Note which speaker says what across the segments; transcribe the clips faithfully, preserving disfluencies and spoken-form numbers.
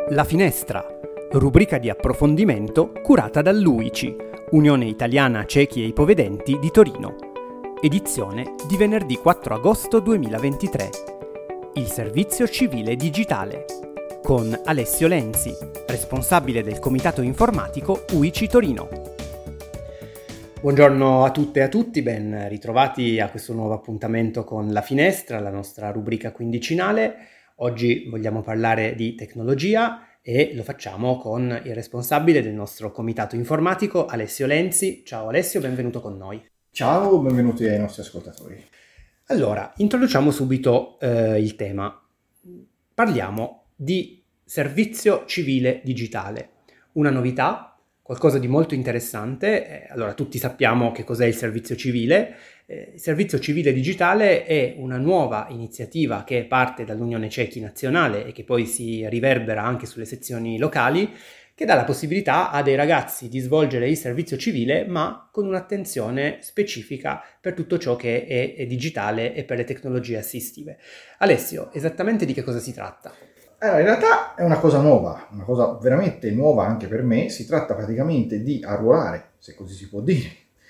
Speaker 1: La Finestra, rubrica di approfondimento curata dall'U I C I, Unione Italiana Ciechi e Ipovedenti di Torino. Edizione di venerdì quattro agosto duemilaventitré. Il servizio civile digitale. Con Alessio Lenzi, responsabile del comitato informatico U I C I Torino. Buongiorno a tutte e a tutti, ben ritrovati a questo nuovo appuntamento con La Finestra, la nostra rubrica quindicinale. Oggi vogliamo parlare di tecnologia e lo facciamo con il responsabile del nostro comitato informatico, Alessio Lenzi. Ciao Alessio, benvenuto con noi.
Speaker 2: Ciao, benvenuti ai nostri ascoltatori.
Speaker 1: Allora, introduciamo subito eh, il tema. Parliamo di servizio civile digitale, una novità, qualcosa di molto interessante. Eh, allora, tutti sappiamo che cos'è il servizio civile. Eh, il servizio civile digitale è una nuova iniziativa che parte dall'Unione Ciechi Nazionale e che poi si riverbera anche sulle sezioni locali, che dà la possibilità a dei ragazzi di svolgere il servizio civile, ma con un'attenzione specifica per tutto ciò che è, è digitale e per le tecnologie assistive. Alessio, esattamente di che cosa si tratta?
Speaker 2: Allora, in realtà è una cosa nuova, una cosa veramente nuova anche per me. Si tratta praticamente di arruolare, se così si può dire,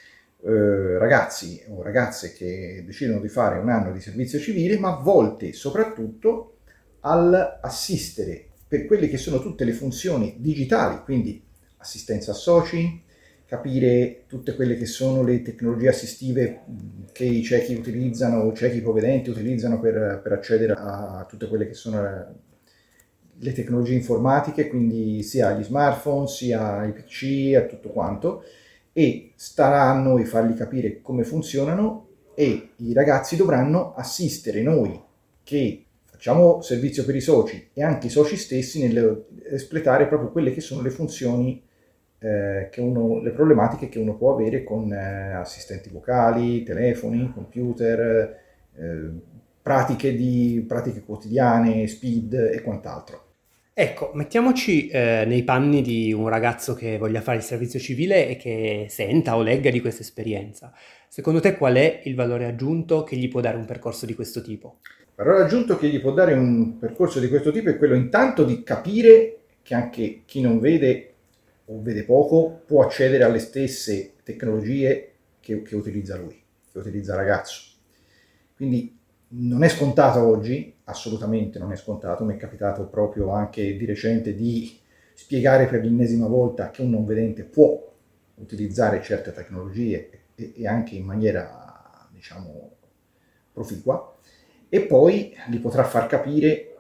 Speaker 2: eh, ragazzi o ragazze che decidono di fare un anno di servizio civile, ma volte soprattutto all'assistere per quelle che sono tutte le funzioni digitali, quindi assistenza a soci, capire tutte quelle che sono le tecnologie assistive che i ciechi utilizzano o ciechi ipovedenti utilizzano per, per accedere a tutte quelle che sono le tecnologie informatiche, quindi sia gli smartphone, sia i P C, a tutto quanto, e starà a noi fargli capire come funzionano e i ragazzi dovranno assistere noi che facciamo servizio per i soci e anche i soci stessi nell'espletare proprio quelle che sono le funzioni, eh, che uno, le problematiche che uno può avere con eh, assistenti vocali, telefoni, computer, eh, pratiche, di, pratiche quotidiane, speed e quant'altro.
Speaker 1: Ecco, mettiamoci eh, nei panni di un ragazzo che voglia fare il servizio civile e che senta o legga di questa esperienza. Secondo te qual è il valore aggiunto che gli può dare un percorso di questo tipo?
Speaker 2: Il valore aggiunto che gli può dare un percorso di questo tipo è quello intanto di capire che anche chi non vede o vede poco può accedere alle stesse tecnologie che, che utilizza lui, che utilizza il ragazzo. Quindi non è scontato oggi, assolutamente non è scontato. Mi è capitato proprio anche di recente di spiegare per l'ennesima volta che un non vedente può utilizzare certe tecnologie e, e anche in maniera, diciamo, proficua, e poi gli potrà far capire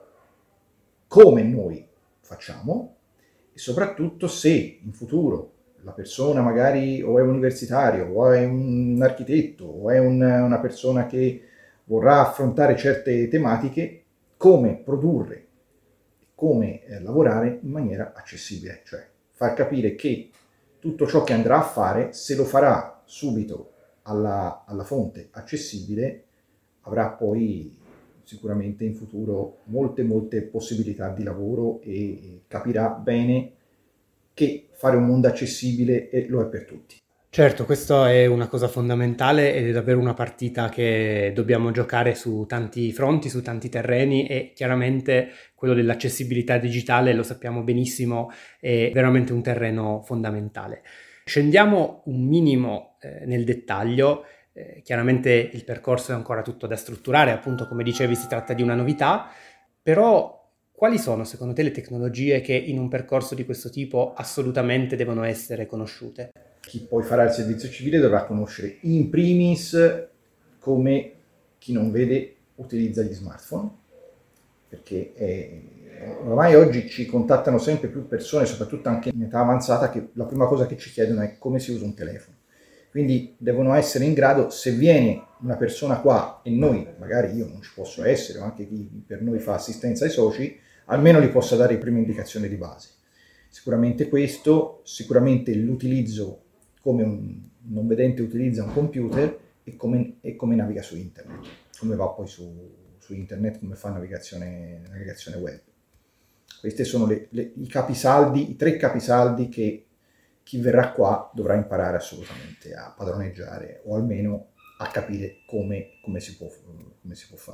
Speaker 2: come noi facciamo e soprattutto se in futuro la persona magari o è un universitario o è un architetto o è un, una persona che vorrà affrontare certe tematiche, come produrre, come eh, lavorare in maniera accessibile, cioè far capire che tutto ciò che andrà a fare, se lo farà subito alla, alla fonte accessibile, avrà poi sicuramente in futuro molte molte possibilità di lavoro e, e capirà bene che fare un mondo accessibile è, lo è per tutti.
Speaker 1: Certo, questa è una cosa fondamentale ed è davvero una partita che dobbiamo giocare su tanti fronti, su tanti terreni, e chiaramente quello dell'accessibilità digitale, lo sappiamo benissimo, è veramente un terreno fondamentale. Scendiamo un minimo eh, nel dettaglio. Eh, chiaramente il percorso è ancora tutto da strutturare, appunto come dicevi si tratta di una novità, però quali sono secondo te le tecnologie che in un percorso di questo tipo assolutamente devono essere conosciute?
Speaker 2: Chi poi farà il servizio civile dovrà conoscere in primis come chi non vede utilizza gli smartphone, perché è, ormai oggi ci contattano sempre più persone, soprattutto anche in età avanzata, che la prima cosa che ci chiedono è come si usa un telefono. Quindi devono essere in grado, se viene una persona qua e noi, magari io non ci posso essere, o anche chi per noi fa assistenza ai soci, almeno gli possa dare le prime indicazioni di base. Sicuramente questo, sicuramente l'utilizzo come un non vedente utilizza un computer e come, e come naviga su internet, come va poi su, su internet, come fa navigazione, navigazione web. Questi sono le, le, i capisaldi, i tre capisaldi che chi verrà qua dovrà imparare assolutamente a padroneggiare o almeno a capire come, come, si può, come si può fare.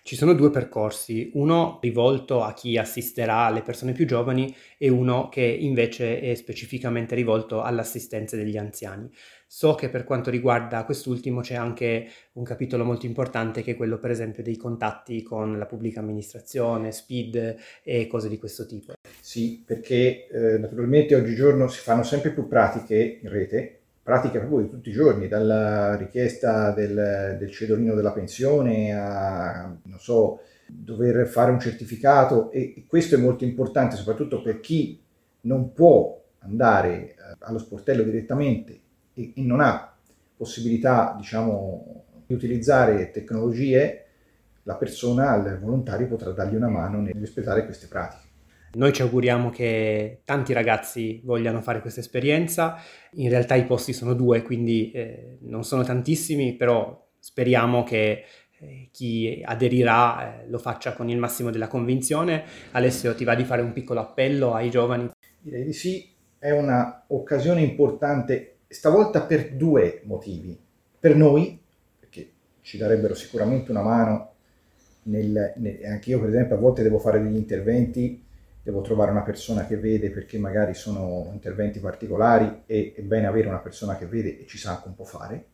Speaker 1: Ci sono due percorsi, uno rivolto a chi assisterà le persone più giovani e uno che invece è specificamente rivolto all'assistenza degli anziani. So che per quanto riguarda quest'ultimo c'è anche un capitolo molto importante che è quello per esempio dei contatti con la pubblica amministrazione, SPID e cose di questo tipo.
Speaker 2: Sì, perché eh, naturalmente oggigiorno si fanno sempre più pratiche in rete, pratiche proprio di tutti i giorni, dalla richiesta del, del cedolino della pensione a, non so, dover fare un certificato, e, e questo è molto importante soprattutto per chi non può andare eh, allo sportello direttamente e, e non ha possibilità, diciamo, di utilizzare tecnologie. La persona, il volontario, potrà dargli una mano nell'espletare queste pratiche.
Speaker 1: Noi ci auguriamo che tanti ragazzi vogliano fare questa esperienza. In realtà i posti sono due, quindi eh, non sono tantissimi, però speriamo che eh, chi aderirà eh, lo faccia con il massimo della convinzione. Alessio, ti va di fare un piccolo appello ai giovani?
Speaker 2: Direi di sì, è un'occasione importante, stavolta per due motivi. Per noi, perché ci darebbero sicuramente una mano, nel, nel, anche io per esempio a volte devo fare degli interventi, devo trovare una persona che vede perché magari sono interventi particolari e è bene avere una persona che vede e ci sa anche un po' fare.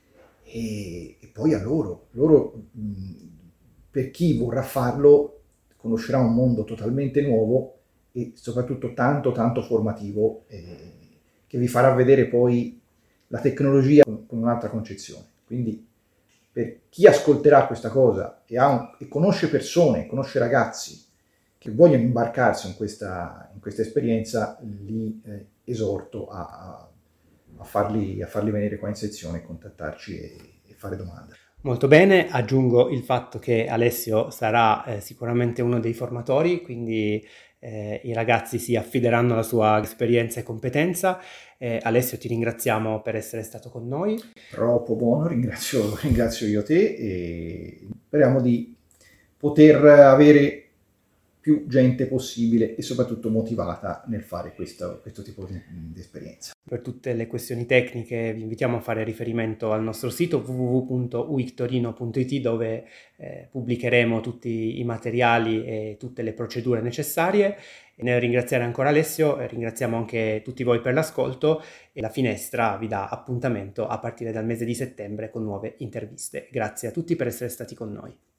Speaker 2: E, e poi a loro, loro mh, per chi vorrà farlo conoscerà un mondo totalmente nuovo e soprattutto tanto tanto formativo, eh, che vi farà vedere poi la tecnologia con, con un'altra concezione. Quindi per chi ascolterà questa cosa e, ha un, e conosce persone, conosce ragazzi che vogliono imbarcarsi in questa, in questa esperienza, li eh, esorto a, a, a, farli, a farli venire qua in sezione, contattarci e, e fare domande.
Speaker 1: Molto bene, aggiungo il fatto che Alessio sarà eh, sicuramente uno dei formatori, quindi eh, i ragazzi si affideranno alla sua esperienza e competenza. Eh, Alessio, ti ringraziamo per essere stato con noi.
Speaker 2: Troppo buono, ringrazio, ringrazio io te e speriamo di poter avere più gente possibile e soprattutto motivata nel fare questo, questo tipo di, di esperienza.
Speaker 1: Per tutte le questioni tecniche vi invitiamo a fare riferimento al nostro sito w w w punto u i c torino punto i t dove eh, pubblicheremo tutti i materiali e tutte le procedure necessarie. E nel ringraziare ancora Alessio, eh, ringraziamo anche tutti voi per l'ascolto e la finestra vi dà appuntamento a partire dal mese di settembre con nuove interviste. Grazie a tutti per essere stati con noi.